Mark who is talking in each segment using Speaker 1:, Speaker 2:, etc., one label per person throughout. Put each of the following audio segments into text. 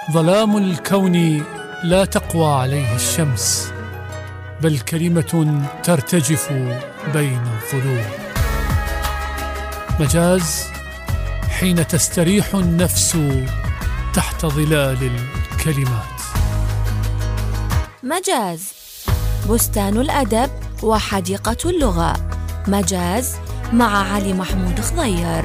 Speaker 1: ظلام الكون لا تقوى عليه الشمس، بل كلمة ترتجف بين الظلوم. مجاز حين تستريح النفس تحت ظلال الكلمات.
Speaker 2: مجاز بستان الأدب وحديقة اللغة. مجاز مع علي محمود خضير.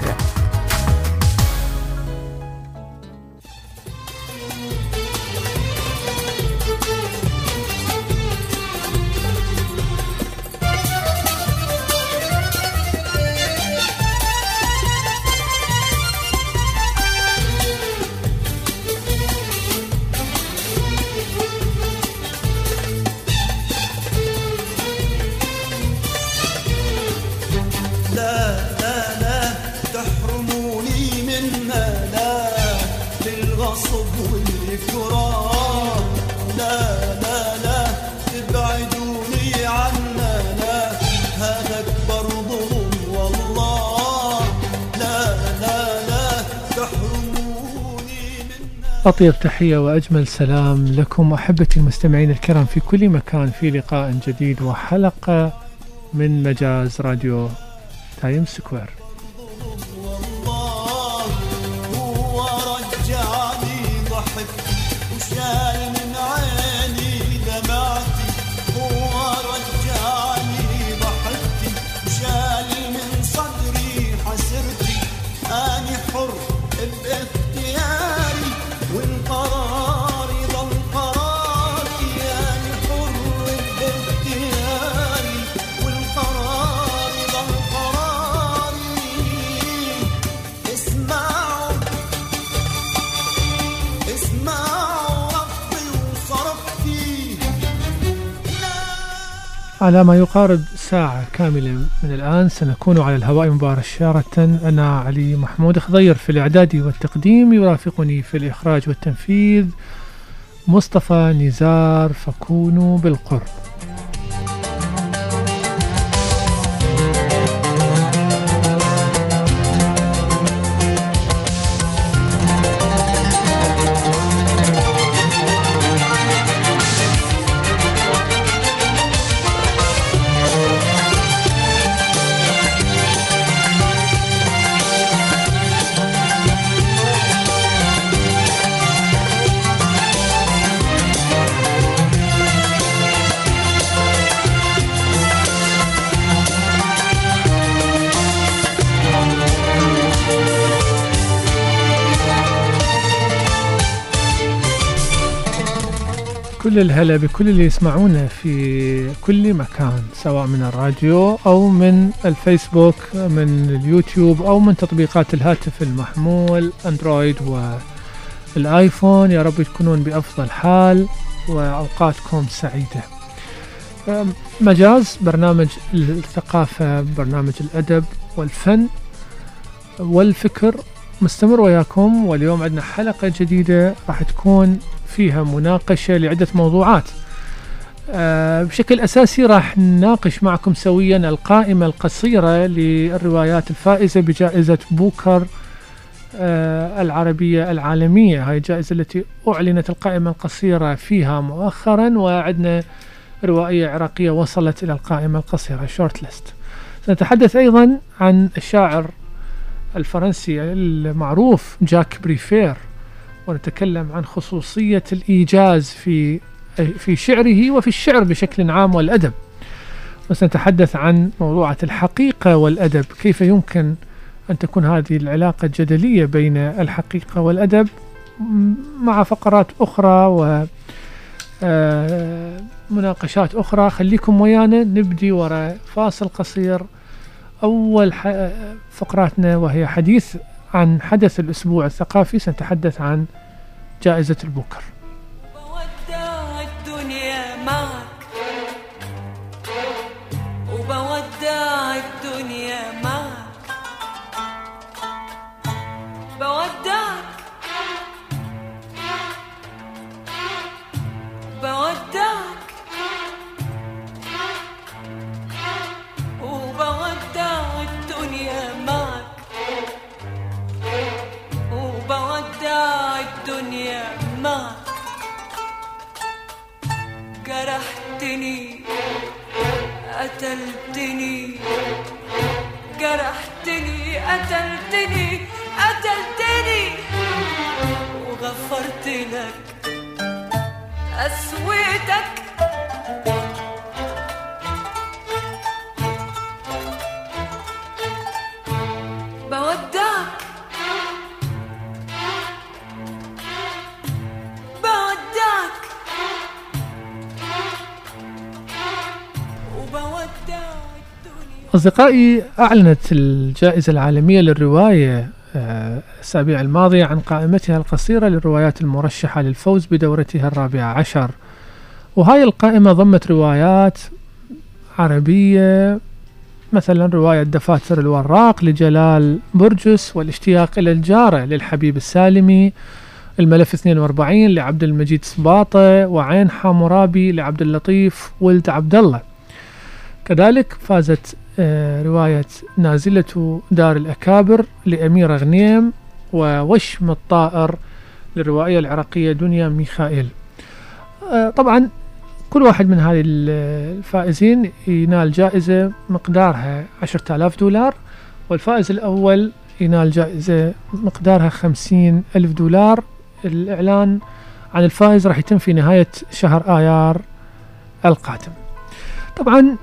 Speaker 1: أطيب تحية وأجمل سلام لكم أحبتي المستمعين الكرام في كل مكان، في لقاء جديد وحلقة من مجاز راديو تايم سكوير. على ما يقارب ساعة كاملة من الآن سنكون على الهواء مباشرة. أنا علي محمود خضير في الإعداد والتقديم، يرافقني في الإخراج والتنفيذ مصطفى نزار، فكونوا بالقرب. كل الهلا بكل اللي يسمعونا في كل مكان، سواء من الراديو أو من الفيسبوك، من اليوتيوب، أو من تطبيقات الهاتف المحمول أندرويد والآيفون. يا رب تكونون بأفضل حال وأوقاتكم سعيدة. مجاز برنامج الثقافة، برنامج الأدب والفن والفكر مستمر وياكم، واليوم عندنا حلقة جديدة راح تكون فيها مناقشة لعدة موضوعات. بشكل أساسي راح نناقش معكم سويا القائمة القصيرة للروايات الفائزة بجائزة بوكر العربية العالمية. هاي الجائزة التي أعلنت القائمة القصيرة فيها مؤخرا، وعندنا روائية عراقية وصلت إلى القائمة القصيرة شورت ليست. سنتحدث أيضا عن الشاعر الفرنسي المعروف جاك بريفير، ونتكلم عن خصوصية الإيجاز في شعره وفي الشعر بشكل عام والأدب. وسنتحدث عن موضوعة الحقيقة والأدب، كيف يمكن أن تكون هذه العلاقة الجدلية بين الحقيقة والأدب، مع فقرات أخرى ومناقشات أخرى. خليكم ويانا، نبدي وراء فاصل قصير. أول فقراتنا وهي حديث عن حدث الأسبوع الثقافي، سنتحدث عن جائزة البوكر.
Speaker 3: بودع الدنيا معك، وبودع الدنيا معك، بودعك بودعك وبودع الدنيا معك، وبودع الدنيا معك. قتلتني جرحتني قتلتني وغفرت لك قسوتك بودعك وبودع الدنيا.
Speaker 1: أصدقائي، أعلنت الجائزة العالمية للرواية الأسابيع الماضية عن قائمتها القصيرة للروايات المرشحة للفوز بدورتها 14. وهاي القائمة ضمت روايات عربية، مثلا رواية دفاتر الوراق لجلال برجس، والاشتياق إلى الجارة للحبيب السالمي، الملف 42 لعبد المجيد سباطة، وعين حامورابي لعبد اللطيف ولد عبد الله. كذلك فازت رواية نازلة دار الأكابر لأميرة غنيم، ووشم الطائر للروائية العراقية دنيا ميخائيل. طبعا كل واحد من هذه الفائزين ينال جائزة مقدارها 10,000 دولار، والفائز الأول ينال جائزة مقدارها 50,000 دولار. الإعلان عن الفائز راح يتم في نهاية شهر آيار القادم. طبعا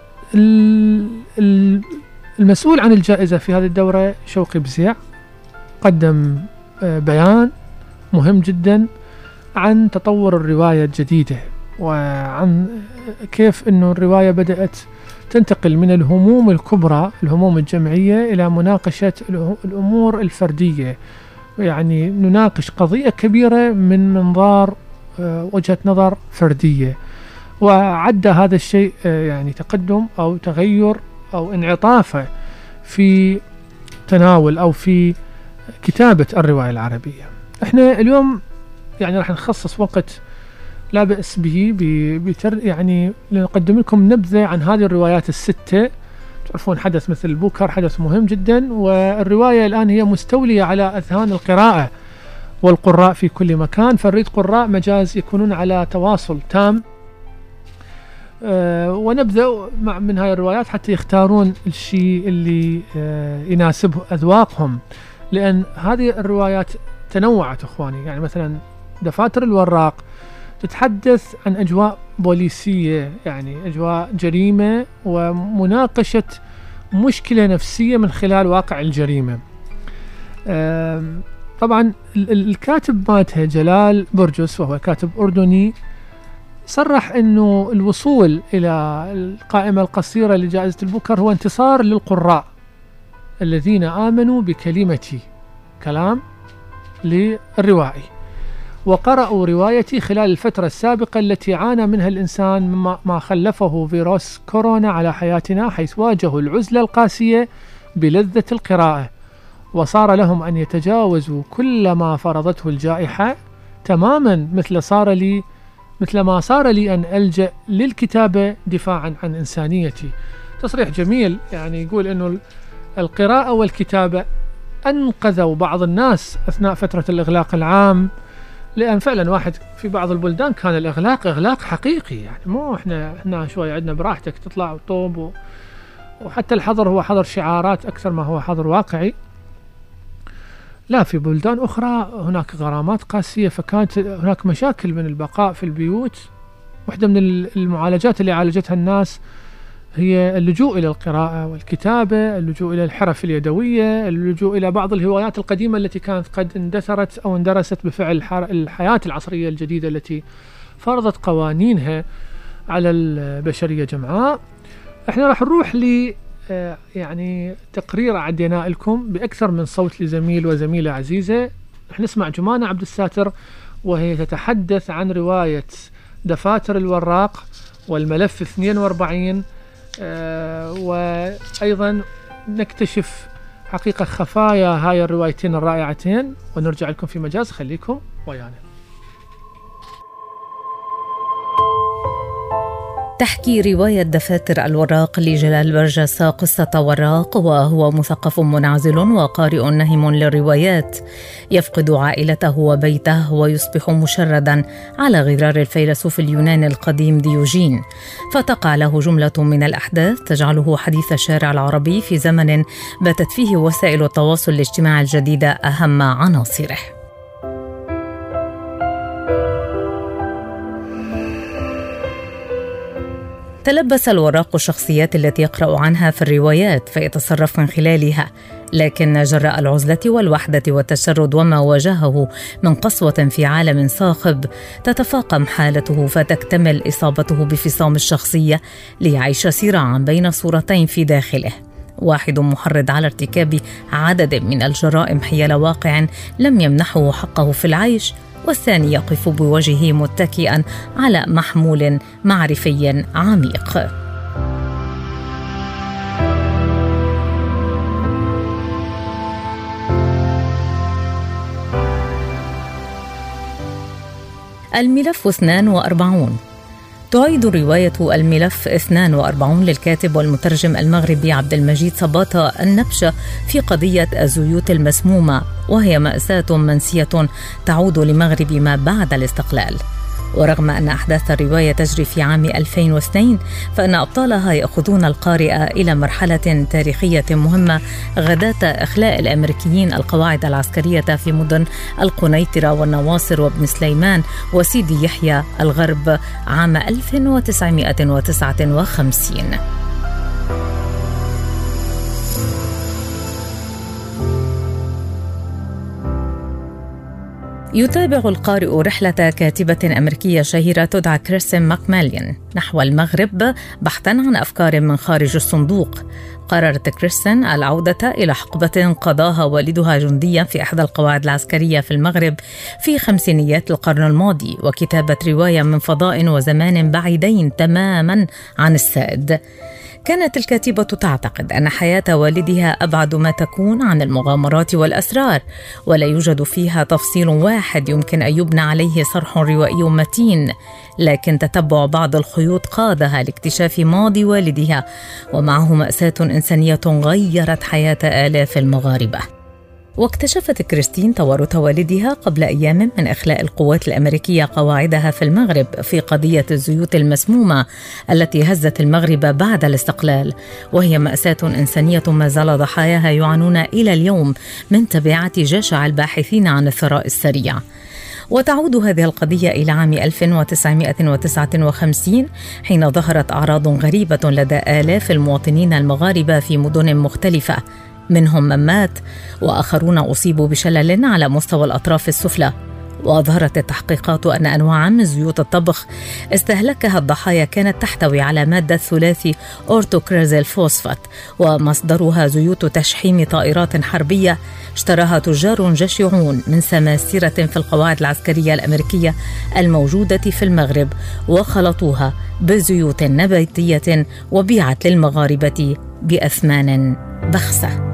Speaker 1: المسؤول عن الجائزة في هذه الدورة شوقي بزيع قدم بيان مهم جدا عن تطور الرواية الجديدة، وعن كيف أنه الرواية بدأت تنتقل من الهموم الكبرى، الهموم الجمعية، إلى مناقشة الأمور الفردية. يعني نناقش قضية كبيرة من منظار وجهة نظر فردية، وعد هذا الشيء يعني تقدم أو تغير أو انعطافة في تناول أو في كتابة الرواية العربية. احنا اليوم يعني راح نخصص وقت لا بأس به يعني لنقدم لكم نبذة عن هذه الروايات الستة. تعرفون حدث مثل بوكر حدث مهم جدا، والرواية الآن هي مستولية على أذهان القراءة والقراء في كل مكان، فنريد قراء مجاز يكونون على تواصل تام، ونبدأ من هاي الروايات حتى يختارون الشيء اللي يناسب أذواقهم، لأن هذه الروايات تنوعت أخواني. يعني مثلا دفاتر الوراق تتحدث عن أجواء بوليسية، يعني أجواء جريمة ومناقشة مشكلة نفسية من خلال واقع الجريمة. طبعا الكاتب مالتها جلال برجس، وهو كاتب أردني، صرح أنه الوصول إلى القائمة القصيرة لجائزة البوكر هو انتصار للقراء الذين آمنوا بكلمتي، كلام للروائي، وقرأوا روايتي خلال الفترة السابقة التي عانى منها الإنسان ما خلفه فيروس كورونا على حياتنا، حيث واجهوا العزلة القاسية بلذة القراءة، وصار لهم أن يتجاوزوا كل ما فرضته الجائحة تماما، مثل ما صار لي أن ألجأ للكتابة دفاعا عن إنسانيتي. تصريح جميل، يعني يقول أنه القراءة والكتابة أنقذوا بعض الناس أثناء فترة الإغلاق العام، لأن فعلا واحد في بعض البلدان كان الإغلاق إغلاق حقيقي، يعني مو إحنا شوي عندنا براحتك تطلع وطوب، وحتى الحظر هو حظر شعارات أكثر ما هو حظر واقعي. لا، في بلدان أخرى هناك غرامات قاسية، فكانت هناك مشاكل من البقاء في البيوت. واحدة من المعالجات اللي عالجتها الناس هي اللجوء إلى القراءة والكتابة، اللجوء إلى الحرف اليدوية، اللجوء إلى بعض الهوايات القديمة التي كانت قد اندثرت أو اندرست بفعل الحياة العصرية الجديدة التي فرضت قوانينها على البشرية جمعاء. احنا راح نروح يعني تقرير عدينا لكم بأكثر من صوت لزميل وزميلة عزيزة. رح نسمع جمانة عبد الساتر وهي تتحدث عن رواية دفاتر الوراق والملف 42، وأيضا نكتشف حقيقة خفايا هاي الروايتين الرائعتين، ونرجع لكم في مجاز. خليكم ويانا.
Speaker 4: تحكي رواية دفاتر الوراق لجلال برجس قصة وراق، وهو مثقف منعزل وقارئ نهم للروايات، يفقد عائلته وبيته ويصبح مشردا على غرار الفيلسوف اليوناني القديم ديوجين، فتقع له جملة من الأحداث تجعله حديث الشارع العربي في زمن باتت فيه وسائل التواصل الاجتماعي الجديدة أهم عناصره. تلبس الوراق الشخصيات التي يقرأ عنها في الروايات فيتصرف من خلالها، لكن جراء العزلة والوحدة والتشرد وما واجهه من قسوة في عالم صاخب تتفاقم حالته فتكتمل إصابته بفصام الشخصية ليعيش صراعا بين صورتين في داخله، واحد محرض على ارتكاب عدد من الجرائم حيال واقع لم يمنحه حقه في العيش، والثاني يقف بوجهه متكئا على محمول معرفي عميق. الملف 42. تعيد رواية الملف 42 للكاتب والمترجم المغربي عبد المجيد صباطة النبشة في قضية الزيوت المسمومة، وهي مأساة منسية تعود لمغرب ما بعد الاستقلال. ورغم أن أحداث الرواية تجري في عام 2002 فإن أبطالها يأخذون القارئ إلى مرحلة تاريخية مهمة غداة إخلاء الأمريكيين القواعد العسكرية في مدن القنيطرة والنواصر وابن سليمان وسيدي يحيى الغرب عام 1959. يتابع القارئ رحلة كاتبة أمريكية شهيرة تدعى كريستين ماكماليون نحو المغرب بحثاً عن أفكار من خارج الصندوق. قررت كريستين العودة إلى حقبة قضاها والدها جنديا في إحدى القواعد العسكرية في المغرب في خمسينيات القرن الماضي، وكتابة رواية من فضاء وزمان بعيدين تماماً عن السائد. كانت الكاتبة تعتقد أن حياة والدها أبعد ما تكون عن المغامرات والأسرار، ولا يوجد فيها تفصيل واحد يمكن أن يبنى عليه صرح روائي متين، لكن تتبع بعض الخيوط قادها لاكتشاف ماضي والدها ومعه مأساة إنسانية غيرت حياة آلاف المغاربة. واكتشفت كريستين تورط والدها قبل أيام من إخلاء القوات الأمريكية قواعدها في المغرب في قضية الزيوت المسمومة التي هزت المغرب بعد الاستقلال، وهي مأساة إنسانية ما زال ضحاياها يعانون إلى اليوم من تبعات جشع الباحثين عن الثراء السريع. وتعود هذه القضية إلى عام 1959 حين ظهرت أعراض غريبة لدى آلاف المواطنين المغاربة في مدن مختلفة، منهم من مات وآخرون أصيبوا بشلل على مستوى الأطراف السفلى. وأظهرت التحقيقات أن أنواعا من زيوت الطبخ استهلكها الضحايا كانت تحتوي على مادة ثلاثي أورتوكرازيل فوسفات، ومصدرها زيوت تشحيم طائرات حربية اشتراها تجار جشعون من سماسرة في القواعد العسكرية الأمريكية الموجودة في المغرب، وخلطوها بزيوت نباتية وبيعت للمغاربة بأثمان بخسة.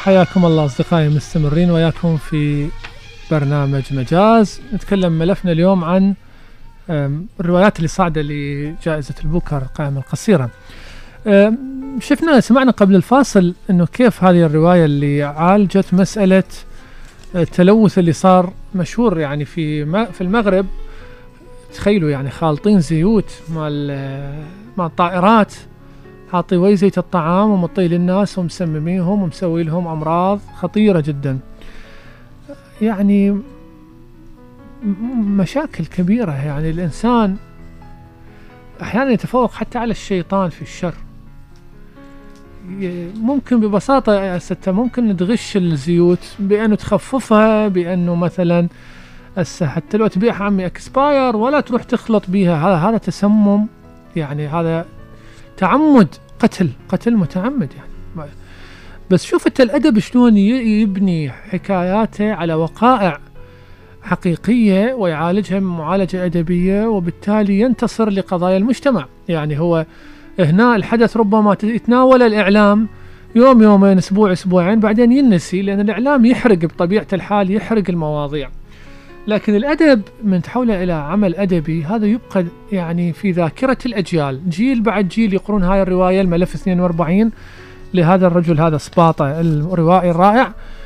Speaker 1: حياكم الله أصدقائي، مستمرين وياكم في برنامج مجاز. نتكلم ملفنا اليوم عن الروايات اللي صاعدة لجائزة البوكر القائمة القصيرة. سمعنا قبل الفاصل أنه كيف هذه الرواية اللي عالجت مسألة التلوث اللي صار مشهور يعني في المغرب. تخيلوا يعني خالطين زيوت مع الطائرات، حاطي وي زيت الطعام ومطي للناس ومسمميهم ومسوي لهم أمراض خطيرة جدا. يعني مشاكل كبيرة. يعني الإنسان أحيانا يتفوق حتى على الشيطان في الشر. ممكن ببساطة يا ستة ممكن تغش الزيوت بأنه تخففها، بأنه مثلا حتى لو تبيعها عمي اكسباير ولا تروح تخلط بيها، هذا تسمم، يعني هذا تعمد، قتل متعمد يعني. بس شوف انت الأدب شلون يبني حكاياته على وقائع حقيقية ويعالجها معالجة أدبية، وبالتالي ينتصر لقضايا المجتمع. يعني هو هنا الحدث ربما يتناول الإعلام يوم يومين أسبوع أسبوعين بعدين ينسي، لأن الإعلام يحرق بطبيعة الحال، يحرق المواضيع. لكن الأدب من تحوله إلى عمل أدبي هذا يبقى يعني في ذاكرة الأجيال، جيل بعد جيل يقرون هاي الرواية الملف 42 لهذا الرجل هذا سباطة الروائي الرائع.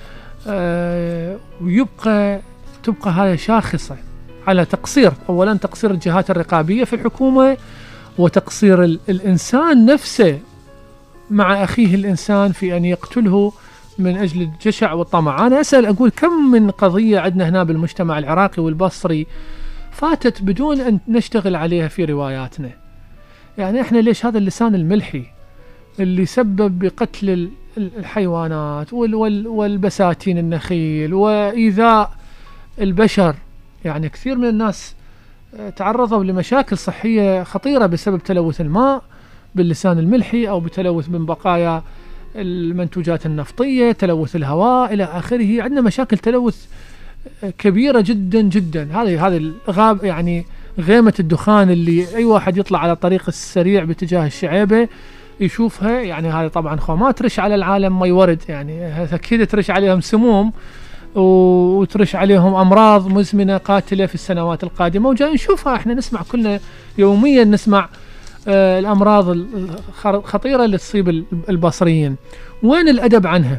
Speaker 1: تبقى هذا شاخصة على تقصير، أولا تقصير الجهات الرقابية في الحكومة، وتقصير الإنسان نفسه مع أخيه الإنسان في أن يقتله من أجل الجشع والطمع. أنا أسأل أقول كم من قضية عندنا هنا بالمجتمع العراقي والبصري فاتت بدون أن نشتغل عليها في رواياتنا. يعني إحنا ليش هذا اللسان الملحي اللي سبب بقتل الحيوانات والبساتين النخيل وإيذاء البشر، يعني كثير من الناس تعرضوا لمشاكل صحية خطيرة بسبب تلوث الماء باللسان الملحي، أو بتلوث من بقايا المنتوجات النفطية، تلوث الهواء إلى آخره. عندنا مشاكل تلوث كبيرة جدا جدا. هذه الغاب يعني غيمة الدخان اللي أي واحد يطلع على طريق السريع باتجاه الشعيبة يشوفها. يعني هذا طبعا ما ترش على العالم مي ورد، يعني أكيد ترش عليهم سموم وترش عليهم أمراض مزمنة قاتلة في السنوات القادمة، وجاي نشوفها. احنا نسمع كلنا يوميا نسمع الأمراض الخطيرة اللي تصيب البصريين. وين الأدب عنها؟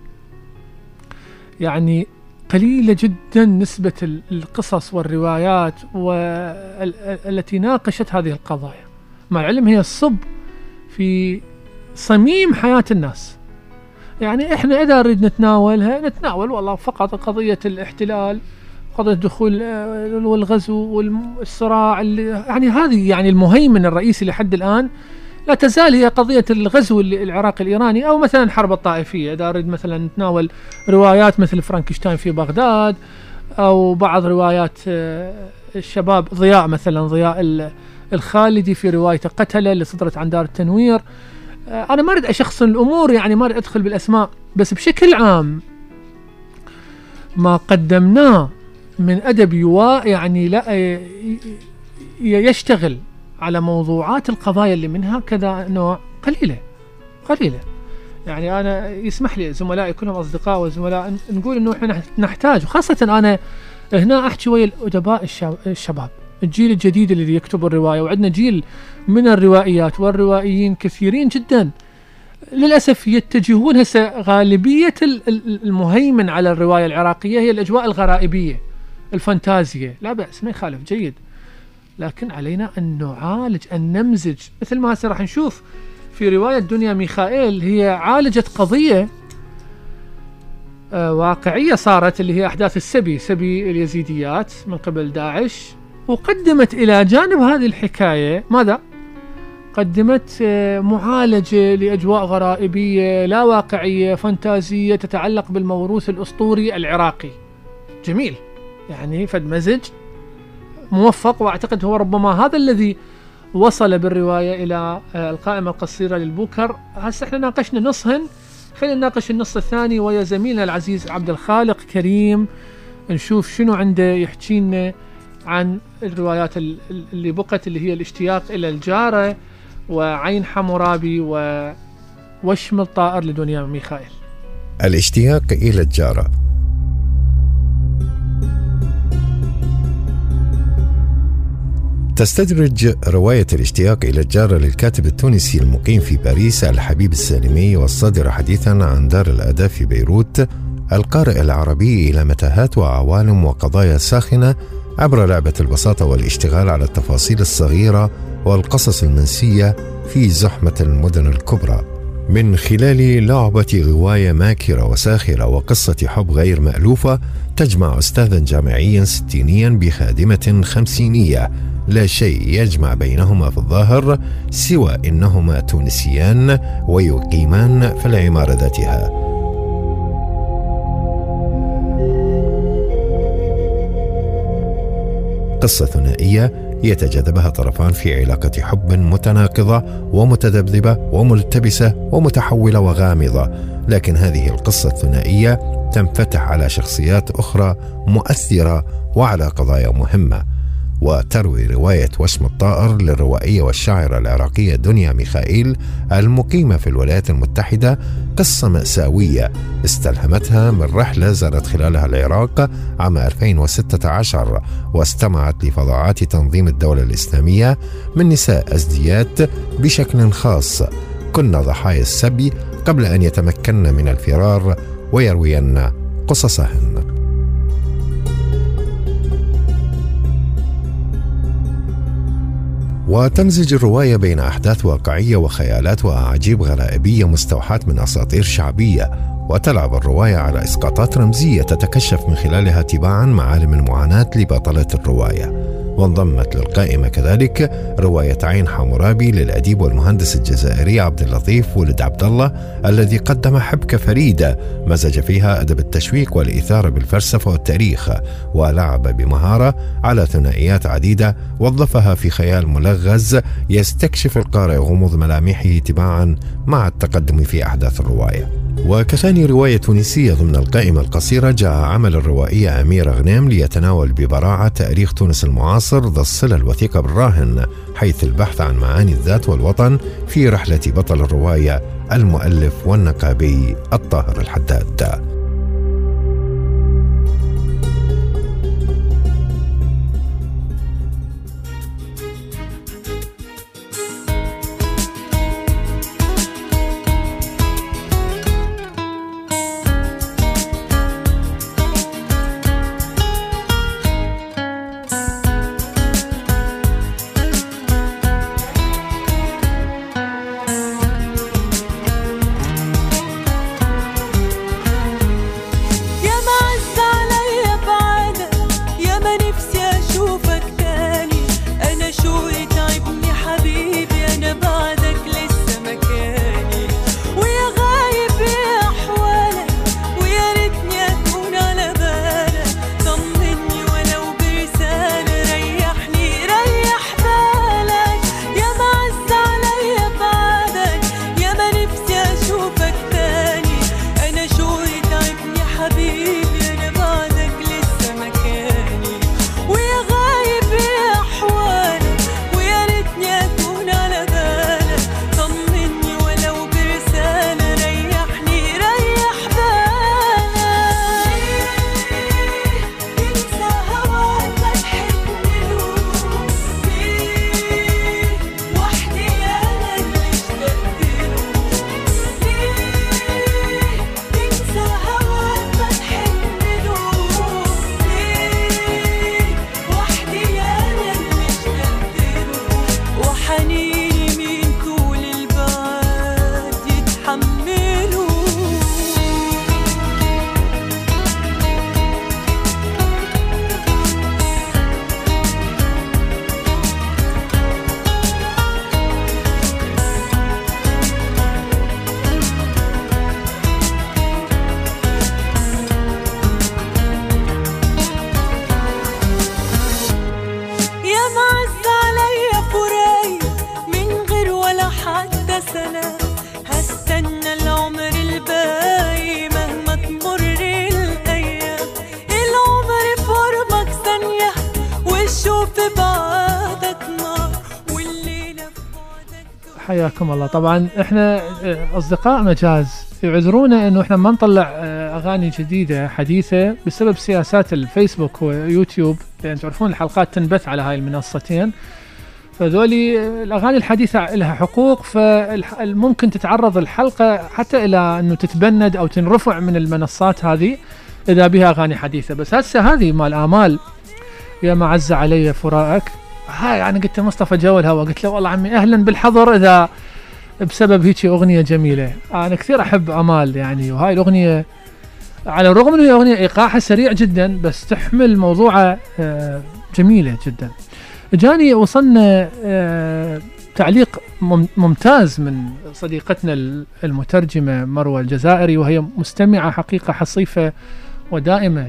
Speaker 1: يعني قليلة جدا نسبة القصص والروايات التي ناقشت هذه القضايا، مع العلم هي الصب في صميم حياة الناس. يعني احنا إذا نريد نتناول والله فقط قضية الاحتلال، قضية الدخول والغزو والصراع يعني هذه يعني المهيمن الرئيسي لحد الآن لا تزال هي قضية الغزو العراقي الإيراني، أو مثلا حرب الطائفية. إذا أريد مثلا نتناول روايات مثل فرانكشتاين في بغداد، أو بعض روايات الشباب ضياء الخالدي في روايته قتلة اللي صدرت عن دار التنوير. أنا ما أريد أشخصن الأمور، يعني ما أريد أدخل بالأسماء، بس بشكل عام ما قدمناه من أدب يعني لا يشتغل على موضوعات القضايا اللي منها كذا نوع قليلة. يعني أنا يسمح لي زملائي كلهم أصدقاء وزملاء نقول إنه إحنا نحتاج، وخاصة أنا هنا أحكي ويا الأدباء الشباب، الجيل الجديد اللي يكتب الرواية. وعندنا جيل من الروائيات والروائيين كثيرين جدا للأسف يتجهون هسه غالبية المهيمن على الرواية العراقية هي الأجواء الغرائبية الفانتازية. لا بأس، ما يخالف، جيد، لكن علينا أن نعالج، أن نمزج. مثل ما هسه راح نشوف في رواية دنيا ميخائيل، هي عالجت قضية واقعية صارت، اللي هي أحداث سبي اليزيديات من قبل داعش، وقدمت إلى جانب هذه الحكاية ماذا؟ قدمت معالجة لأجواء غرائبية لا واقعية فانتازية تتعلق بالموروث الأسطوري العراقي. جميل، يعني فد مزج موفق، وأعتقد هو ربما هذا الذي وصل بالرواية إلى القائمة القصيرة للبوكر. هسه احنا ناقشنا نصهن، خلينا نناقش النص الثاني ويا زميلنا العزيز عبد الخالق كريم، نشوف شنو عنده يحكي لنا عن الروايات اللي بقت، اللي هي الاشتياق إلى الجارة وعين حمورابي ووشم الطائر لدنيا ميخائيل.
Speaker 5: الاشتياق إلى الجارة. تستدرج رواية الاشتياق إلى الجارة للكاتب التونسي المقيم في باريس الحبيب السالمي والصادر حديثا عن دار الآداب في بيروت القارئ العربي إلى متاهات وعوالم وقضايا ساخنة عبر لعبة البساطة والاشتغال على التفاصيل الصغيرة والقصص المنسية في زحمة المدن الكبرى، من خلال لعبة غواية ماكرة وساخرة وقصة حب غير مألوفة تجمع أستاذا جامعيا ستينيا بخادمة خمسينية لا شيء يجمع بينهما في الظاهر سوى إنهما تونسيان ويقيمان في العمارة ذاتها. قصة ثنائية يتجاذبها طرفان في علاقة حب متناقضة ومتذبذبة وملتبسة ومتحولة وغامضة، لكن هذه القصة الثنائية تنفتح على شخصيات أخرى مؤثرة وعلى قضايا مهمة. وتروي رواية وشم الطائر للروائية والشاعرة العراقية دنيا ميخائيل المقيمة في الولايات المتحدة قصة مأساوية استلهمتها من رحلة زارت خلالها العراق عام 2016 واستمعت لفظاعات تنظيم الدولة الإسلامية من نساء أزديات بشكل خاص كن ضحايا السبي قبل أن يتمكن من الفرار ويروين قصصهن. وتمزج الرواية بين أحداث واقعية وخيالات وأعاجيب غرائبية مستوحاة من أساطير شعبية، وتلعب الرواية على إسقاطات رمزية تتكشف من خلالها تباعا معالم المعاناة لبطلة الرواية. وانضمت للقائمة كذلك رواية عين حمورابي للأديب والمهندس الجزائري عبد اللطيف ولد عبد الله الذي قدم حبكة فريدة مزج فيها أدب التشويق والإثارة بالفلسفة والتاريخ، ولعب بمهارة على ثنائيات عديدة وظفها في خيال ملغز يستكشف القارئ غموض ملامحه تباعا مع التقدم في أحداث الرواية. وكثاني رواية تونسية ضمن القائمة القصيرة جاء عمل الروائية أميرة غنيم ليتناول ببراعة تاريخ تونس المعاصر ذا الصلة الوثيقة بالراهن، حيث البحث عن معاني الذات والوطن في رحلة بطل الرواية المؤلف والنقابي الطاهر الحداد.
Speaker 1: حياكم الله. طبعا احنا اصدقاء مجاز يعذرونا انه احنا ما نطلع اغاني جديده حديثه بسبب سياسات الفيسبوك ويوتيوب، لان تعرفون الحلقات تنبث على هاي المنصتين، فذولي الاغاني الحديثه لها حقوق، فممكن تتعرض الحلقه حتى الى انه تتبند او تنرفع من المنصات هذه اذا بها اغاني حديثه. بس هسه هذه مال امال يا معز علي فراقك، هاي انا قلت مصطفى جو الهوى، قلت له والله عمي اهلا بالحظر اذا بسبب هيك اغنيه جميله. انا كثير احب امال يعني، وهاي الاغنيه على الرغم انه هي اغنيه ايقاعها سريع جدا بس تحمل موضوعها جميله جدا. جاني وصلنا تعليق ممتاز من صديقتنا المترجمه مروه الجزائري، وهي مستمعه حقيقه حصيفه ودائمه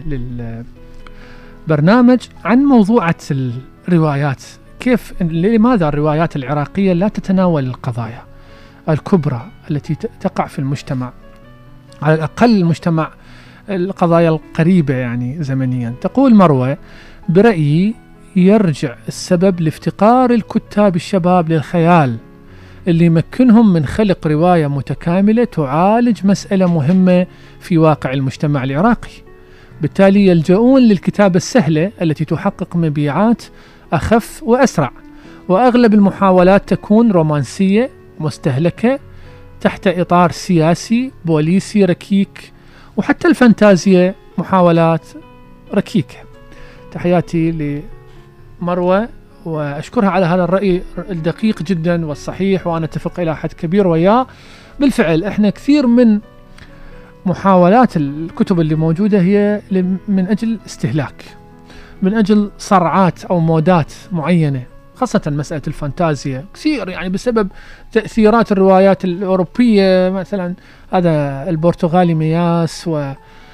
Speaker 1: للبرنامج، عن موضوعة الروايات. كيف لماذا الروايات العراقيه لا تتناول القضايا الكبرى التي تقع في المجتمع، على الأقل المجتمع القضايا القريبة يعني زمنيا. تقول مروة: برأيي يرجع السبب لافتقار الكتاب الشباب للخيال اللي يمكنهم من خلق رواية متكاملة تعالج مسألة مهمة في واقع المجتمع العراقي، بالتالي يلجؤون للكتابة السهلة التي تحقق مبيعات أخف وأسرع، وأغلب المحاولات تكون رومانسية مستهلكة تحت إطار سياسي بوليسي ركيك، وحتى الفانتازيا محاولات ركيكة. تحياتي لمروة وأشكرها على هذا الرأي الدقيق جدا والصحيح، وأنا أتفق إلى حد كبير وياه. بالفعل إحنا كثير من محاولات الكتب اللي موجودة هي من أجل استهلاك، من أجل صرعات أو مودات معينة، خاصة مسألة الفانتازيا كثير يعني بسبب تأثيرات الروايات الأوروبية، مثلا هذا البرتغالي مياس و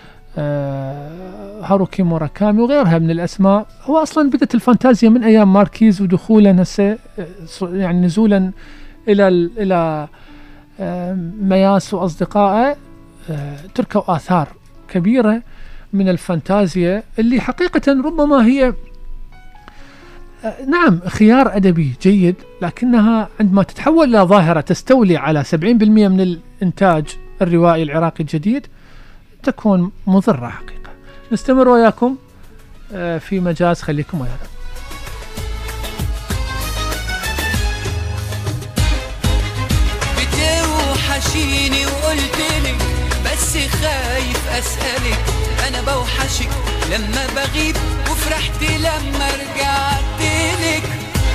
Speaker 1: هاروكي موراكامي وغيرها من الأسماء. هو أصلا بدأت الفانتازيا من أيام ماركيز، ودخولا يعني نزولا إلى مياس وأصدقائه تركوا آثار كبيرة من الفانتازيا اللي حقيقة ربما هي نعم خيار أدبي جيد، لكنها عندما تتحول إلى ظاهرة تستولي على 70% من الإنتاج الروائي العراقي الجديد تكون مضرة حقيقة. نستمر وياكم في مجاز، خليكم ويانا.
Speaker 3: بتوحشيني وقلتلك بس خايف أسألك، أنا بوحشك لما بغيب وفرحت لما رجعتلك.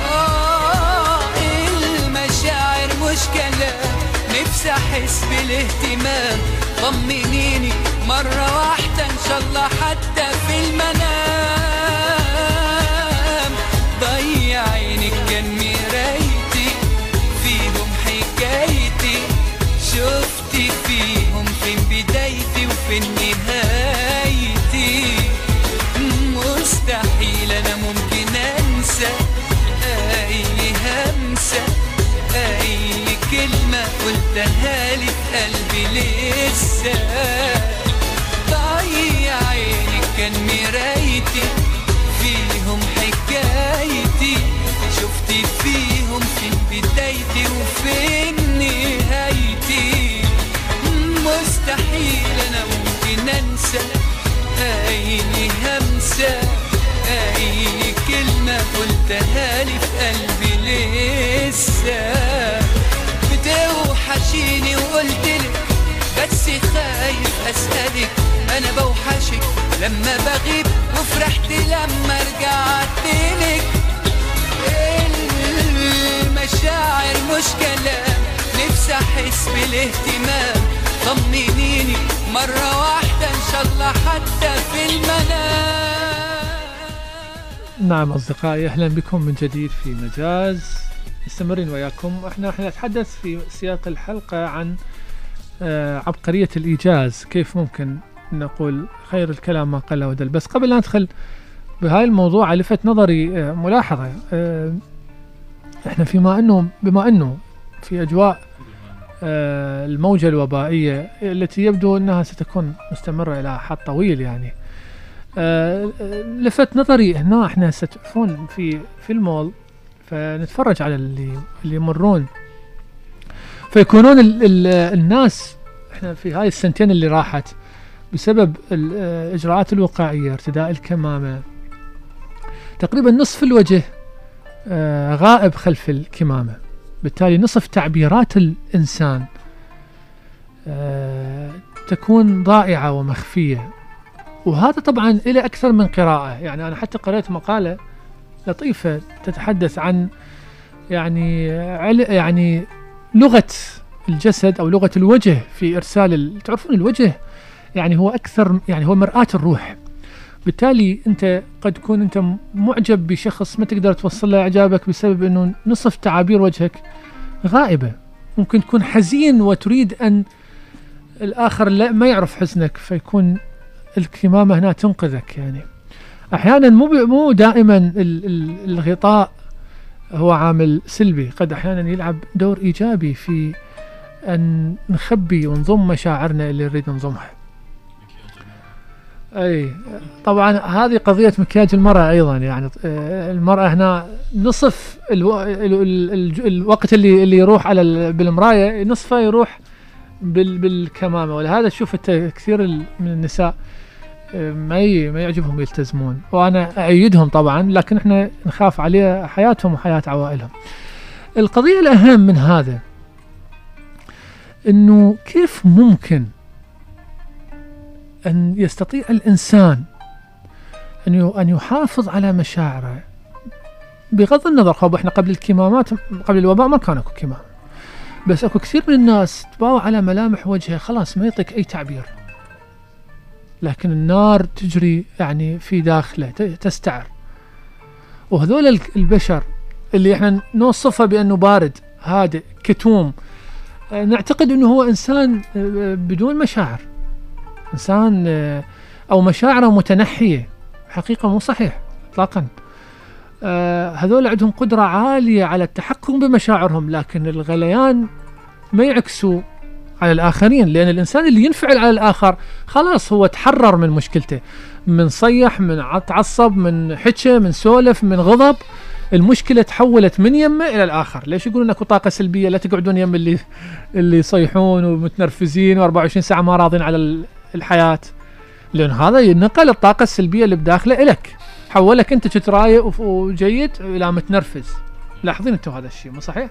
Speaker 3: المشاعر مش كلام، نفسي أحس بالاهتمام، طمنيني مرة واحدة إن شاء الله حتى في المنام. ضيع عينك كان مرايتي فيهم حكايتي، شفتي فيهم فين بدايتي وفين نهايتي. مستحيل أنا ممكن أنسى أي همسة، أي كلمة قلتها لي في قلبي لسه. ضيع عينك كان مرايتي فيهم حكايتي، شفتي فيهم فين بدايتي وفين نهايتي. مستحيل أنا ممكن أنسى أي همسة، أي كلمة قلتها لي في قلبي لسه. بتوحشيني وقلتلك بس خايف أسألك، أنا بوحشك لما بغيب وفرحت لما رجعتلك. المشاعر مش كلام، نفسي أحس بالاهتمام، طمنيني مرة واحدة إن شاء الله حتى في المنام.
Speaker 1: نعم أصدقائي، أهلا بكم من جديد في مجاز، مستمرين وياكم. احنا نتحدث في سياق الحلقة عن عبقرية الإيجاز، كيف ممكن نقول خير الكلام ما قل ودل. بس قبل لا ندخل بهاي الموضوع لفت نظري ملاحظة. احنا بما انه في أجواء الموجة الوبائية التي يبدو أنها ستكون مستمرة إلى حد طويل يعني، لفت نظري هنا احنا ستعرفون في المول، فنتفرج على اللي يمرون، فيكونون الناس احنا في هاي السنتين اللي راحت بسبب الإجراءات الوقائية ارتداء الكمامة تقريبا نصف الوجه غائب خلف الكمامة، بالتالي نصف تعبيرات الإنسان تكون ضائعة ومخفية. وهذا طبعا إلى أكثر من قراءة. يعني أنا حتى قرأت مقالة لطيفة تتحدث عن يعني لغة الجسد أو لغة الوجه في إرسال تعرفون الوجه يعني هو أكثر، يعني هو مرآة الروح. بالتالي أنت قد تكون أنت معجب بشخص ما تقدر توصل له إعجابك بسبب أنه نصف تعابير وجهك غائبة. ممكن تكون حزين وتريد أن الآخر لا ما يعرف حزنك، فيكون الكمامة هنا تنقذك. يعني أحيانا مو دائما الغطاء هو عامل سلبي، قد أحيانا يلعب دور إيجابي في أن نخبي ونضم مشاعرنا اللي نريد نضمها. أي طبعا هذه قضية مكياج المرأة أيضا. يعني المرأة هنا نصف الوقت اللي يروح على بالمراية نصفه يروح بالكمامة. ولهذا تشوف كثير من النساء ما يعجبهم يلتزمون، وأنا أعيدهم طبعا، لكن احنا نخاف عليه حياتهم وحياة عوائلهم. القضية الأهم من هذا أنه كيف ممكن أن يستطيع الإنسان أن يحافظ على مشاعره بغض النظر. خب احنا قبل الكمامات قبل الوباء ما كان اكو كمام، بس اكو كثير من الناس تباوع على ملامح وجهه خلاص ما يعطيك أي تعبير، لكن النار تجري يعني في داخله تستعر. وهذول البشر اللي احنا نوصفه بأنه بارد هادئ كتوم، نعتقد أنه هو إنسان بدون مشاعر، إنسان أو مشاعره متنحية. حقيقة مو صحيح إطلاقا. هذول عندهم قدرة عالية على التحكم بمشاعرهم، لكن الغليان ما يعكسوا على الآخرين، لأن الإنسان اللي ينفعل على الآخر خلاص هو تحرر من مشكلته، من صيح، من تعصب، من حكي، من سولف، من غضب. المشكلة تحولت من يمه إلى الآخر. ليش يقولون أكو طاقة سلبية؟ لا تقعدون يم اللي يصيحون ومتنرفزين و24 ساعة ما راضين على الحياة، لأن هذا ينقل الطاقة السلبية اللي بداخله إلك، حولك أنت كنت رايق وجيد إلى متنرفز. لاحظين أنتم هذا الشيء مو صحيح؟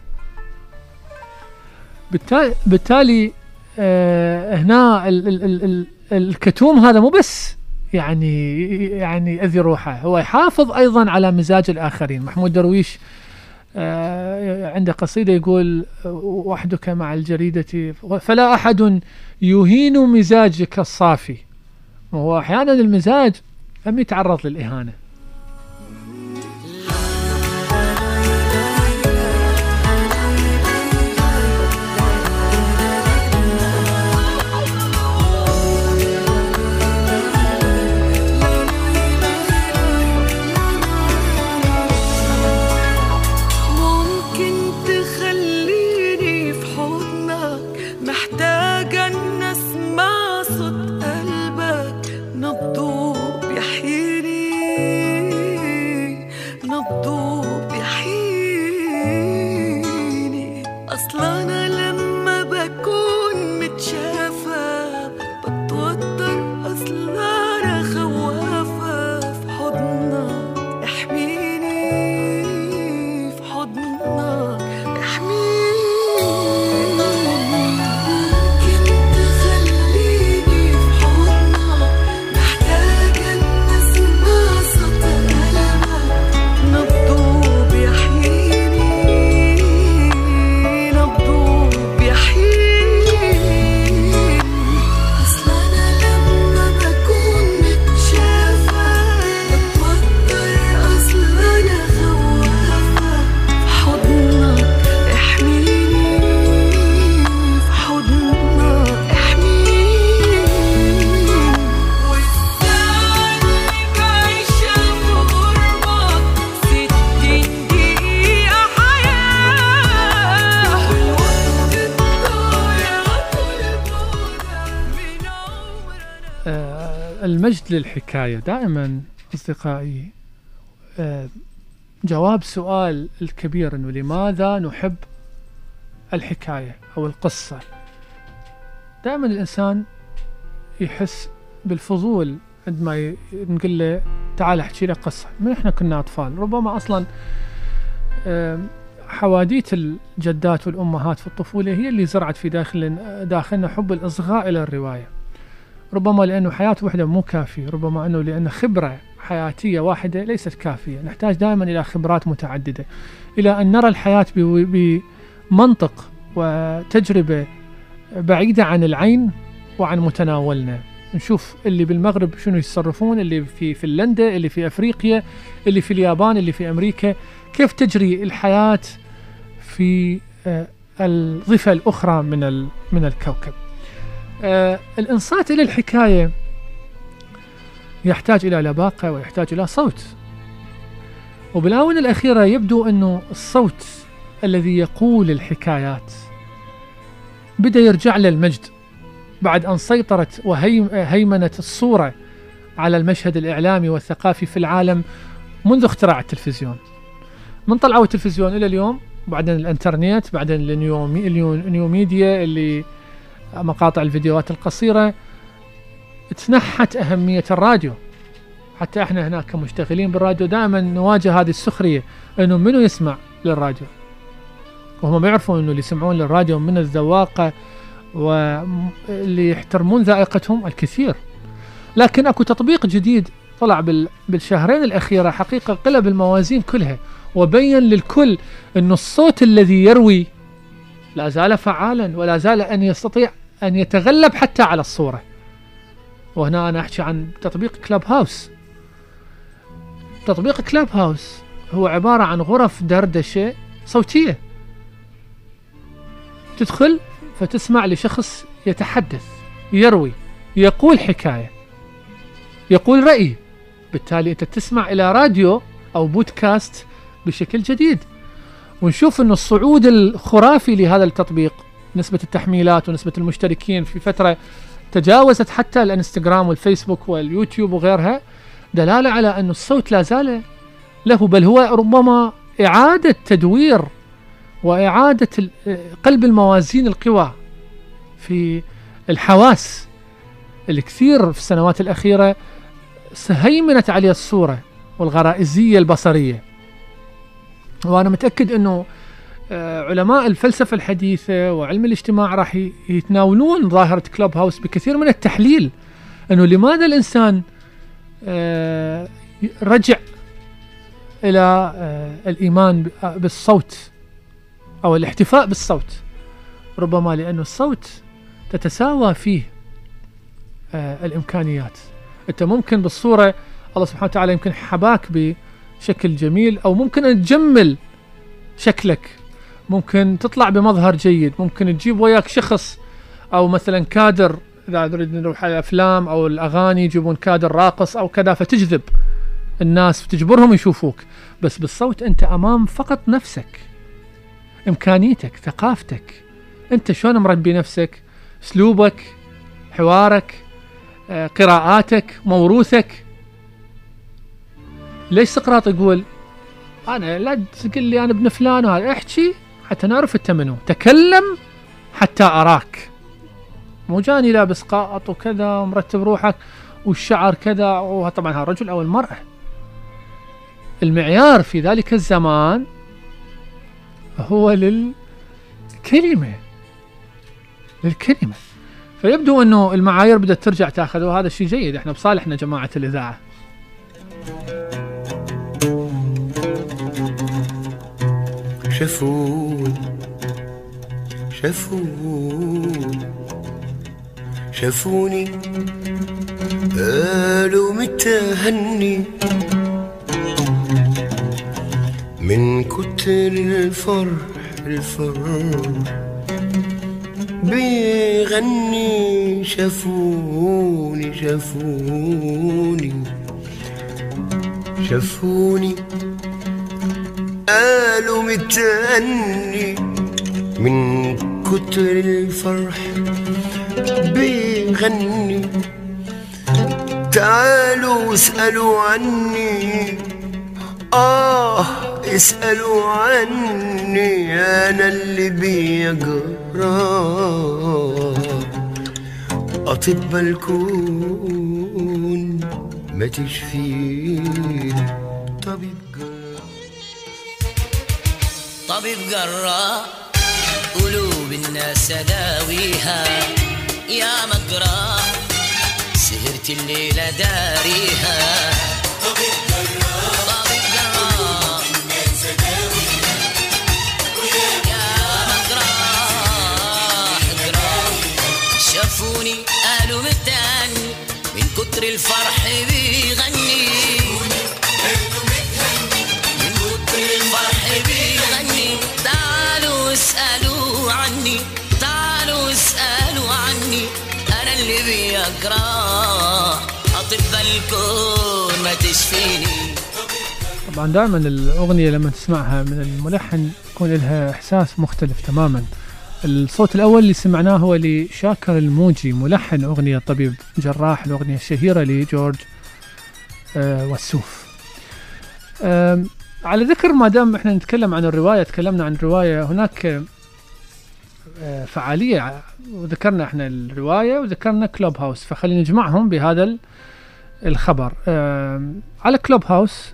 Speaker 1: بالتالي هنا الكتوم هذا مو بس يعني أذي روحه، هو يحافظ أيضا على مزاج الآخرين. محمود درويش عنده قصيدة يقول: وحدك مع الجريدة فلا أحد يهين مزاجك الصافي. وهو أحيانا المزاج هم يتعرض للإهانة. المجد للحكاية دائما أصدقائي جواب سؤال الكبير إنه لماذا نحب الحكاية أو القصة. دائما الإنسان يحس بالفضول عندما نقول له تعال احكي لك قصة من احنا كنا أطفال. ربما أصلا حواديت الجدات والأمهات في الطفولة هي اللي زرعت في داخلنا حب الإصغاء إلى الرواية. ربما لأنه حياة واحدة مو كافية، ربما أنه لأن خبرة حياتية واحدة ليست كافية، نحتاج دائما إلى خبرات متعددة، إلى أن نرى الحياة بمنطق وتجربة بعيدة عن العين وعن متناولنا. نشوف اللي بالمغرب شنو يتصرفون، اللي في فنلندا، اللي في أفريقيا، اللي في اليابان، اللي في أمريكا، كيف تجري الحياة في الضفة الأخرى من الكوكب. الإنصات إلى الحكاية يحتاج إلى لباقة ويحتاج إلى صوت، وبالآونة الأخيرة يبدو أنه الصوت الذي يقول الحكايات بدأ يرجع له المجد بعد أن سيطرت وهيمنت الصورة على المشهد الإعلامي والثقافي في العالم منذ اختراع التلفزيون. من طلعوا التلفزيون إلى اليوم، بعدين الانترنت، بعدين النيو ميديا اللي مقاطع الفيديوهات القصيرة، تنحت أهمية الراديو. حتى احنا هناك كمشتغلين بالراديو دائما نواجه هذه السخرية انه منو يسمع للراديو، وهم ما يعرفون انه اللي يسمعون للراديو من الذواقة واللي يحترمون ذائقتهم الكثير. لكن اكو تطبيق جديد طلع بالشهرين الأخيرة حقيقة قلب الموازين كلها، وبين للكل انه الصوت الذي يروي لا زال فعالا ولا زال أن يستطيع أن يتغلب حتى على الصورة. وهنا أنا أحكي عن تطبيق كلاب هاوس. تطبيق كلاب هاوس هو عبارة عن غرف دردشة صوتية، تدخل فتسمع لشخص يتحدث، يروي، يقول حكاية، يقول رأي. بالتالي أنت تسمع إلى راديو أو بودكاست بشكل جديد. ونشوف أنه الصعود الخرافي لهذا التطبيق، نسبة التحميلات ونسبة المشتركين في فترة تجاوزت حتى الانستغرام والفيسبوك واليوتيوب وغيرها، دلالة على أن الصوت لا زال له، بل هو ربما إعادة تدوير وإعادة قلب الموازين القوى في الحواس الكثير في السنوات الأخيرة هيمنت عليه الصورة والغرائزية البصرية. وأنا متأكد أنه علماء الفلسفة الحديثة وعلم الاجتماع راح يتناولون ظاهرة كلوب هاوس بكثير من التحليل، أنه لماذا الإنسان رجع إلى الإيمان بالصوت أو الاحتفاء بالصوت. ربما لأن الصوت تتساوى فيه الإمكانيات. أنت ممكن بالصورة الله سبحانه وتعالى يمكن حباك بشكل جميل، أو ممكن أن تجمل شكلك، ممكن تطلع بمظهر جيد، ممكن تجيب وياك شخص أو مثلا كادر، إذا نريد نروح على الأفلام أو الأغاني يجيبون كادر راقص أو كذا فتجذب الناس فتجبرهم يشوفوك. بس بالصوت أنت أمام فقط نفسك، إمكانيتك، ثقافتك، أنت شلون مربي نفسك، أسلوبك، حوارك، قراءاتك، موروثك. ليش سقراط يقول أنا لا تقول لي أنا ابن فلان، وهذا احكي حتى نعرف أنت منو، تكلم حتى أراك، مو جاني لابس قاط وكذا ومرتب روحك والشعر كذا. وطبعا هذا الرجل أو المرأة. المعيار في ذلك الزمان هو للكلمة. فيبدو أنه المعايير بدأت ترجع تأخذ، وهذا شيء جيد. احنا بصالحنا جماعة الإذاعة.
Speaker 6: شافوني قالوا متهني من كتر الفرح بيغني. شافوني قالوا متهني من كتر الفرح بيغني. تعالوا اسألوا عني، اسألوا عني، أنا اللي بيجرى أطب الكون ما تشفيني.
Speaker 7: طبيب جراح قلوب الناس داويها، يا مجراح سهرت الليلة داريها. طبيب جراح قلوب الناس داويها، يا مجراح شافوني قالوا متهني من كتر الفرح بيغني. من كتر الفرح بيغني. تعالوا اسألوا عني، تعالوا اسألوا عني، أنا اللي بيجراح أطب الكون ما تشفيني.
Speaker 1: طبعا دائما الأغنية لما تسمعها من الملحن يكون لها إحساس مختلف تماما. الصوت الأول اللي سمعناه هو لشاكر الموجي ملحن أغنية طبيب جراح، الأغنية الشهيرة لجورج وسوف. على ذكر ما دام احنا نتكلم عن الرواية، تكلمنا عن الرواية، هناك فعالية وذكرنا احنا الرواية وذكرنا كلوب هاوس، فخلينا نجمعهم بهذا الخبر. على كلوب هاوس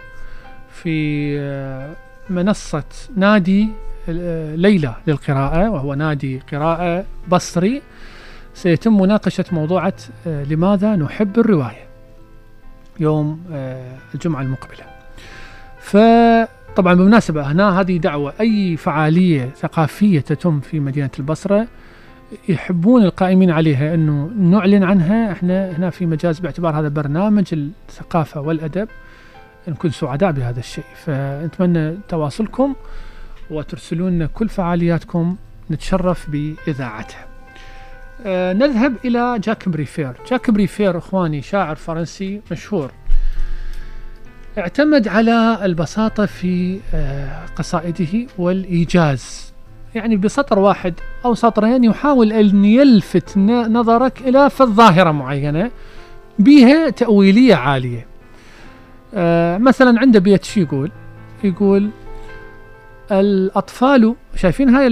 Speaker 1: في منصة نادي ليلى للقراءة، وهو نادي قراءة بصري، سيتم مناقشة موضوعة لماذا نحب الرواية يوم الجمعة المقبلة. فطبعا بمناسبة هنا هذه دعوة أي فعالية ثقافية تتم في مدينة البصرة يحبون القائمين عليها أنه نعلن عنها. احنا هنا في مجاز باعتبار هذا برنامج الثقافة والأدب نكون سعداء بهذا الشيء، فنتمنى تواصلكم وترسلون كل فعالياتكم نتشرف بإذاعتها. نذهب إلى جاك بريفير. جاك بريفير إخواني شاعر فرنسي مشهور، اعتمد على البساطة في قصائده والإيجاز، يعني بسطر واحد أو سطرين يحاول أن يلفت نظرك إلى ظاهرة معينة بها تأويلية عالية. مثلا عنده بيت شي يقول الأطفال، شايفين هاي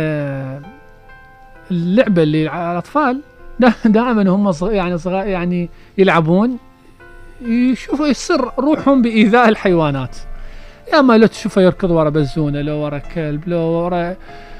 Speaker 1: اللعبة اللي على الأطفال دائما هم صغار يعني يلعبون، يشوفوا يصير روحهم بإيذاء الحيوانات، يا ما لو تشوفه يركض ورا بزونة، لو ورا كلب، لو ورا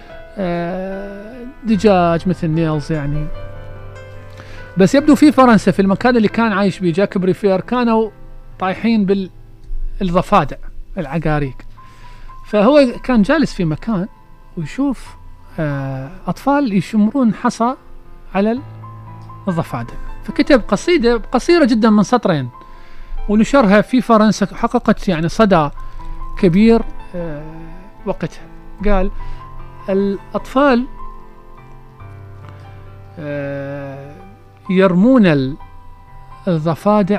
Speaker 1: دجاج مثل نيلز يعني. بس يبدو في فرنسا في المكان اللي كان عايش به جاك بريفير كانوا طايحين بالضفادع العقاريق، فهو كان جالس في مكان ويشوف أطفال يشمرون حصى على الضفادع، فكتب قصيدة قصيرة جدا من سطرين ونشرها في فرنسا، حققت يعني صدى كبير وقتها. قال الأطفال يرمون الضفادع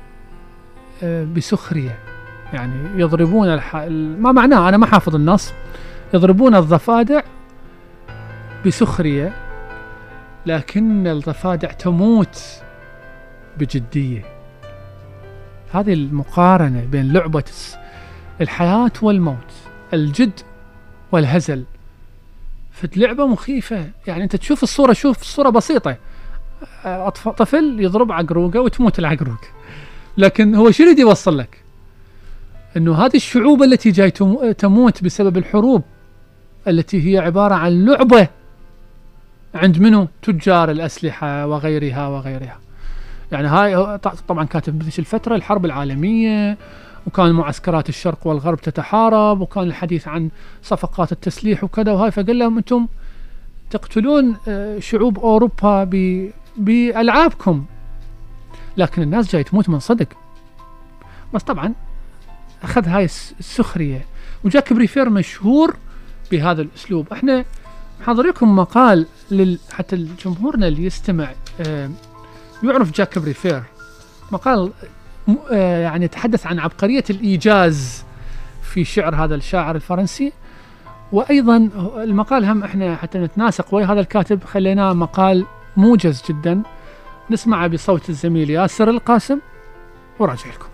Speaker 1: بسخرية، يعني يضربون ما معناه، أنا ما حافظ النص، يضربون الضفادع بسخرية، لكن الضفادع تموت بجدية. هذه المقارنة بين لعبة الحياة والموت، الجد والهزل، في لعبة مخيفة. يعني أنت تشوف الصورة، شوف الصورة بسيطة، طفل يضرب عقروقة وتموت العقروقة، لكن هو شو يريد يوصل لك؟ أنه هذه الشعوب التي جاي تموت بسبب الحروب التي هي عبارة عن لعبة عند منو؟ تجار الأسلحة وغيرها وغيرها. يعني هاي طبعا كاتب بذيك الفترة الحرب العالمية، وكان معسكرات الشرق والغرب تتحارب، وكان الحديث عن صفقات التسليح وكذا وهاي، فقال لهم أنتم تقتلون شعوب أوروبا بألعابكم، لكن الناس جاي تموت من صدق. بس طبعا أخذ هاي السخرية، وجاك بريفير مشهور بهذا الأسلوب. احنا حاضركم مقال حتى الجمهورنا اللي يستمع يعرف جاك بريفير، مقال يعني يتحدث عن عبقرية الإيجاز في شعر هذا الشاعر الفرنسي. وأيضا المقال هم احنا حتى نتناسق ويا هذا الكاتب خليناه مقال موجز جدا، نسمعه بصوت الزميل ياسر القاسم وراجع لكم.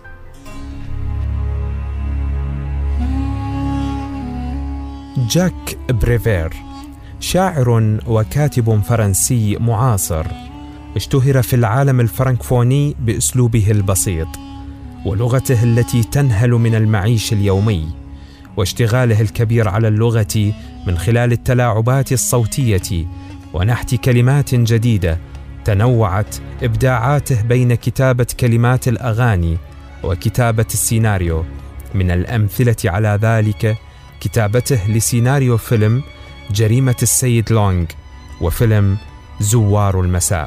Speaker 8: جاك بريفير شاعر وكاتب فرنسي معاصر، اشتهر في العالم الفرنكفوني بأسلوبه البسيط ولغته التي تنهل من المعيش اليومي، واشتغاله الكبير على اللغة من خلال التلاعبات الصوتية ونحت كلمات جديدة. تنوعت إبداعاته بين كتابة كلمات الأغاني وكتابة السيناريو. من الأمثلة على ذلك كتابته لسيناريو فيلم جريمة السيد لونغ وفيلم زوار المساء.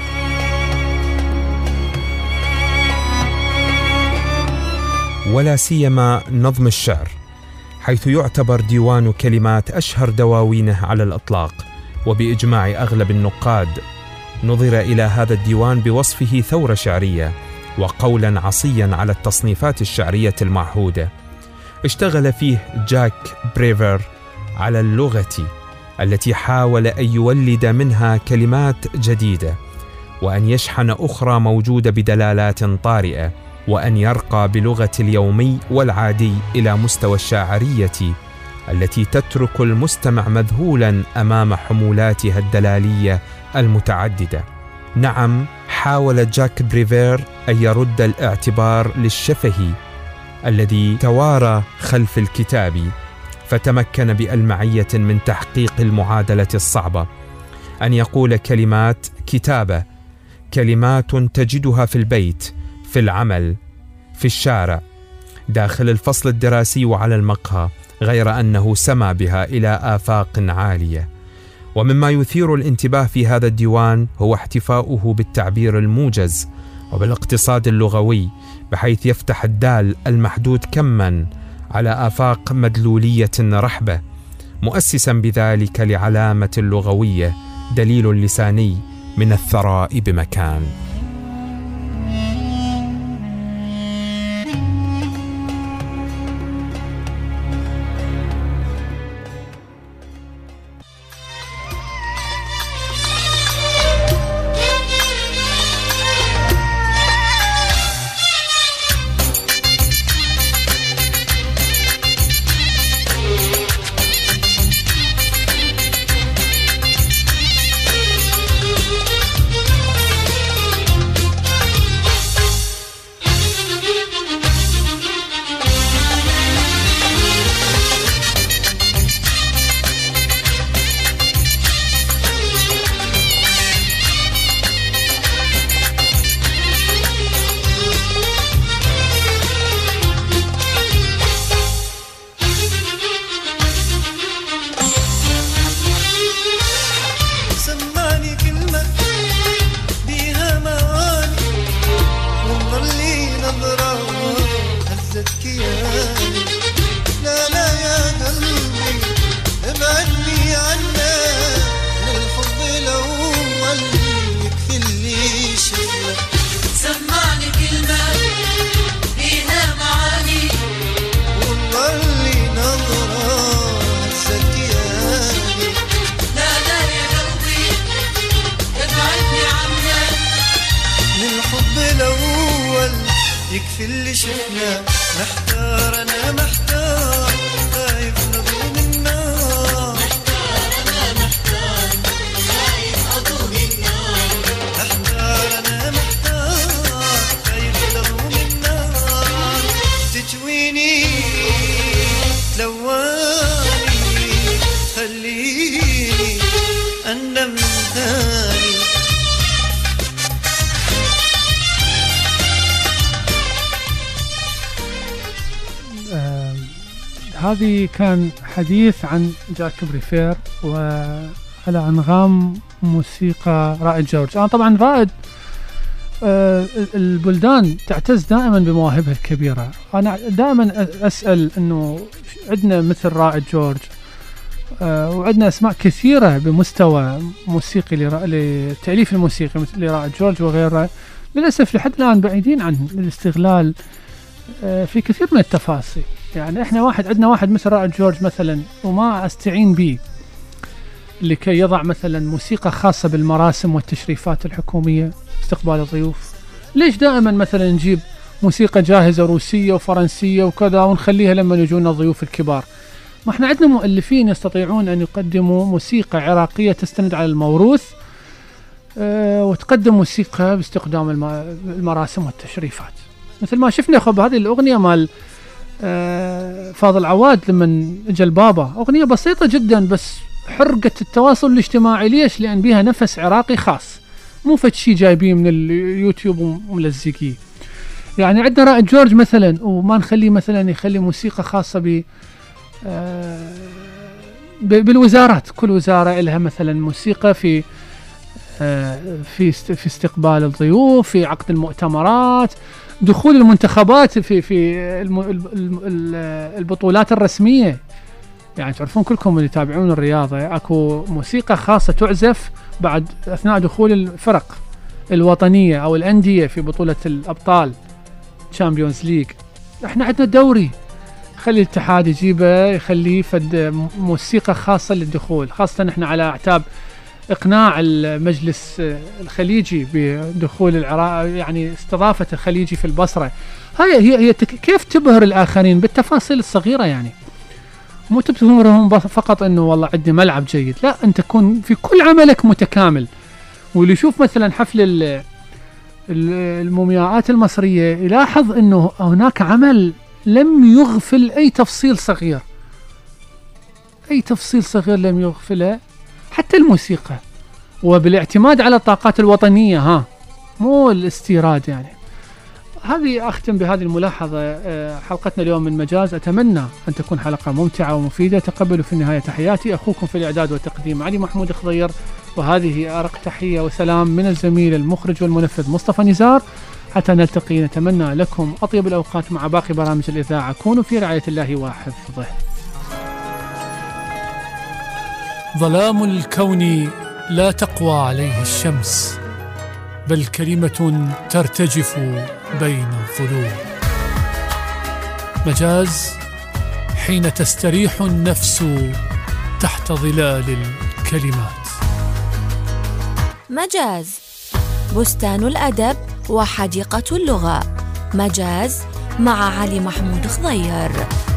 Speaker 8: ولا سيما نظم الشعر، حيث يعتبر ديوان كلمات أشهر دواوينه على الإطلاق، وبإجماع أغلب النقاد نظر إلى هذا الديوان بوصفه ثورة شعرية وقولا عصيا على التصنيفات الشعرية المعهودة. اشتغل فيه جاك بريفر على اللغة التي حاول أن يولد منها كلمات جديدة، وأن يشحن أخرى موجودة بدلالات طارئة، وأن يرقى بلغة اليومي والعادي إلى مستوى الشاعرية التي تترك المستمع مذهولا أمام حمولاتها الدلالية المتعددة. نعم، حاول جاك بريفير أن يرد الاعتبار للشفهي الذي توارى خلف الكتاب، فتمكن بألمعية من تحقيق المعادلة الصعبة، أن يقول كلمات كتابة، كلمات تجدها في البيت، في العمل، في الشارع، داخل الفصل الدراسي وعلى المقهى، غير أنه سمى بها إلى آفاق عالية. ومما يثير الانتباه في هذا الديوان هو احتفاؤه بالتعبير الموجز وبالاقتصاد اللغوي، بحيث يفتح الدال المحدود كما على آفاق مدلولية رحبة، مؤسسا بذلك لعلامة لغوية دليل لساني من الثراء بمكان.
Speaker 9: يكفي اللي شفنا، محتار أنا محتار، خايف نضوم النار، محتار أنا محتار، خايف أضوم النار، محتار أنا محتار، خايف نضوم النار، تجويني تلواني خليني أندم ثاني.
Speaker 1: هذه كان حديث عن جاك بريفير وعلى أنغام موسيقى رائد جورج. أنا طبعا رائد البلدان تعتز دائما بمواهبها الكبيرة. أنا دائما أسأل أنه عندنا مثل رائد جورج وعندنا أسماء كثيرة بمستوى موسيقي لتأليف الموسيقى مثل رائد جورج وغيره، للأسف لحد الآن بعيدين عن الاستغلال في كثير من التفاصيل. يعني احنا عندنا واحد مثل رائد جورج مثلا وما استعين به لكي يضع مثلا موسيقى خاصة بالمراسم والتشريفات الحكومية استقبال الضيوف. ليش دائما مثلا نجيب موسيقى جاهزة روسية وفرنسية وكذا ونخليها لما يجونا الضيوف الكبار؟ ما احنا عندنا مؤلفين يستطيعون أن يقدموا موسيقى عراقية تستند على الموروث وتقدم موسيقى باستخدام المراسم والتشريفات، مثل ما شفنا بهذه الأغنية مال فاضل عواد لما اجى البابا، أغنية بسيطة جدا بس حرقت التواصل الاجتماعي. ليش؟ لأن بيها نفس عراقي خاص، مو فد شي جايبيه من اليوتيوب وملزقيه. يعني عندنا رائد جورج مثلا، وما نخليه مثلا يخلي موسيقى خاصة بالوزارات، كل وزارة لها مثلا موسيقى في استقبال الضيوف، في عقد المؤتمرات، دخول المنتخبات في البطولات الرسمية. يعني تعرفون كلكم اللي يتابعون الرياضة اكو موسيقى خاصة تعزف بعد اثناء دخول الفرق الوطنية او الأندية في بطولة الأبطال تشامبيونز ليج. احنا عندنا دوري، خلي الاتحاد يجيبه، يخليه فد موسيقى خاصة للدخول، خاصة احنا على اعتاب اقناع المجلس الخليجي بدخول العراق، يعني استضافة الخليجي في البصرة. هي كيف تبهر الآخرين بالتفاصيل الصغيرة، يعني مو تبهرهم فقط انه والله عندي ملعب جيد، لا، انت تكون في كل عملك متكامل. واللي يشوف مثلا حفل المومياءات المصرية يلاحظ انه هناك عمل لم يغفل اي تفصيل صغير، اي تفصيل صغير لم يغفله، حتى الموسيقى، وبالاعتماد على الطاقات الوطنية، مو الاستيراد. يعني هذه أختم بهذه الملاحظة حلقتنا اليوم من مجاز. أتمنى أن تكون حلقة ممتعة ومفيدة. تقبلوا في النهاية تحياتي، أخوكم في الإعداد والتقديم علي محمود خضير، وهذه أرق تحية وسلام من الزميل المخرج والمنفذ مصطفى نزار. حتى نلتقي نتمنى لكم أطيب الأوقات مع باقي برامج الإذاعة. كونوا في رعاية الله وحفظه. ظلام الكون لا تقوى عليه الشمس، بل كلمة ترتجف بين الظلوم. مجاز حين تستريح النفس تحت ظلال الكلمات.
Speaker 2: مجاز، بستان الأدب وحديقة اللغة. مجاز مع علي محمود خضير.